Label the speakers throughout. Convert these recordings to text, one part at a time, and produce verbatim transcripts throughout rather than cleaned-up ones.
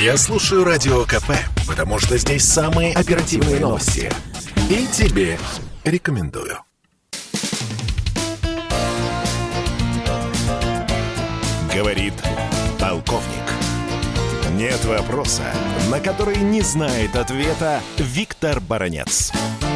Speaker 1: Я слушаю Радио КП, потому что здесь самые оперативные новости. И тебе рекомендую. Говорит полковник. Нет вопроса, на который не знает ответа Виктор Баранец.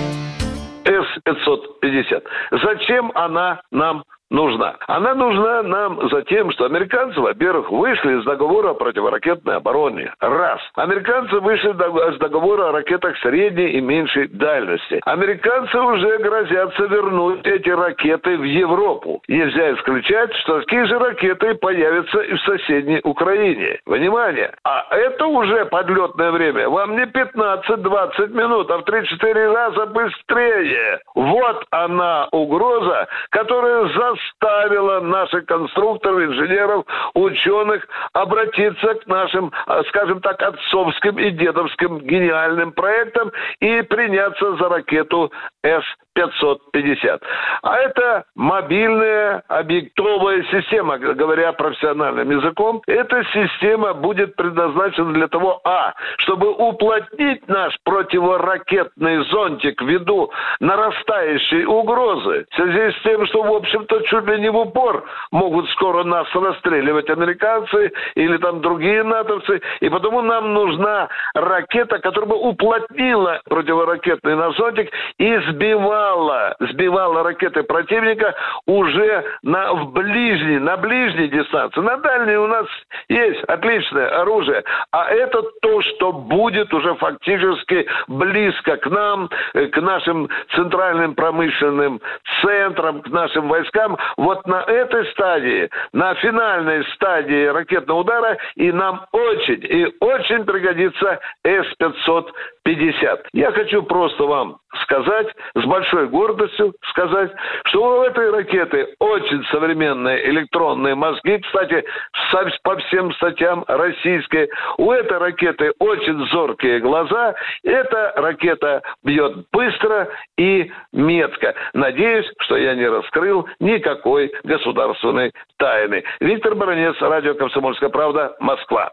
Speaker 2: эс пятьсот пятьдесят. Зачем она нам нужна? Она нужна нам за тем, что американцы, во-первых, вышли из договора о противоракетной обороне. Раз. Американцы вышли из договора о ракетах средней и меньшей дальности. Американцы уже грозятся вернуть эти ракеты в Европу. Нельзя исключать, что такие же ракеты появятся и в соседней Украине. Внимание! А это уже подлетное время. Вам не пятнадцать-двадцать минут, а в три-четыре раза быстрее. Вот она угроза, которая за заставила наших конструкторов, инженеров, ученых обратиться к нашим, скажем так, отцовским и дедовским гениальным проектам и приняться за ракету эс пятьсот пятьдесят. А это мобильная объектовая система, говоря профессиональным языком. Эта система будет предназначена для того, а, чтобы уплотнить наш противоракетный зонтик ввиду нарастающей угрозы, в связи с тем, что, в общем-то, чуть ли не в упор могут скоро нас расстреливать американцы или там другие натовцы, и потому нам нужна ракета, которая бы уплотнила противоракетный наш зонтик и сбивала сбивала ракеты противника уже на, в ближней, на ближней дистанции. На дальней у нас есть отличное оружие, а это то, что будет уже фактически близко к нам, к нашим центральным промышленным центрам, к нашим войскам. Вот на этой стадии, на финальной стадии ракетного удара, и нам очень и очень пригодится эс пятьсот пятьдесят. Я хочу просто вам сказать, с большой гордостью сказать, что у этой ракеты очень современные электронные мозги, кстати, по всем статьям российские. У этой ракеты очень зоркие глаза. Эта ракета бьет быстро и метко. Надеюсь, что я не раскрыл никакой государственной тайны. Виктор Баранец, радио «Комсомольская правда», Москва.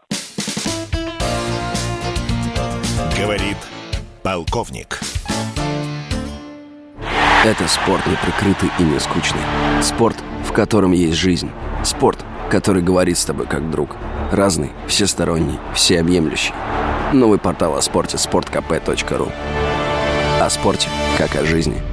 Speaker 1: Говорит полковник.
Speaker 3: Это спорт неприкрытый и не скучный. Спорт, в котором есть жизнь. Спорт, который говорит с тобой как друг. Разный, всесторонний, всеобъемлющий. Новый портал о спорте – спорт кэ пэ точка ру. О спорте, как о жизни.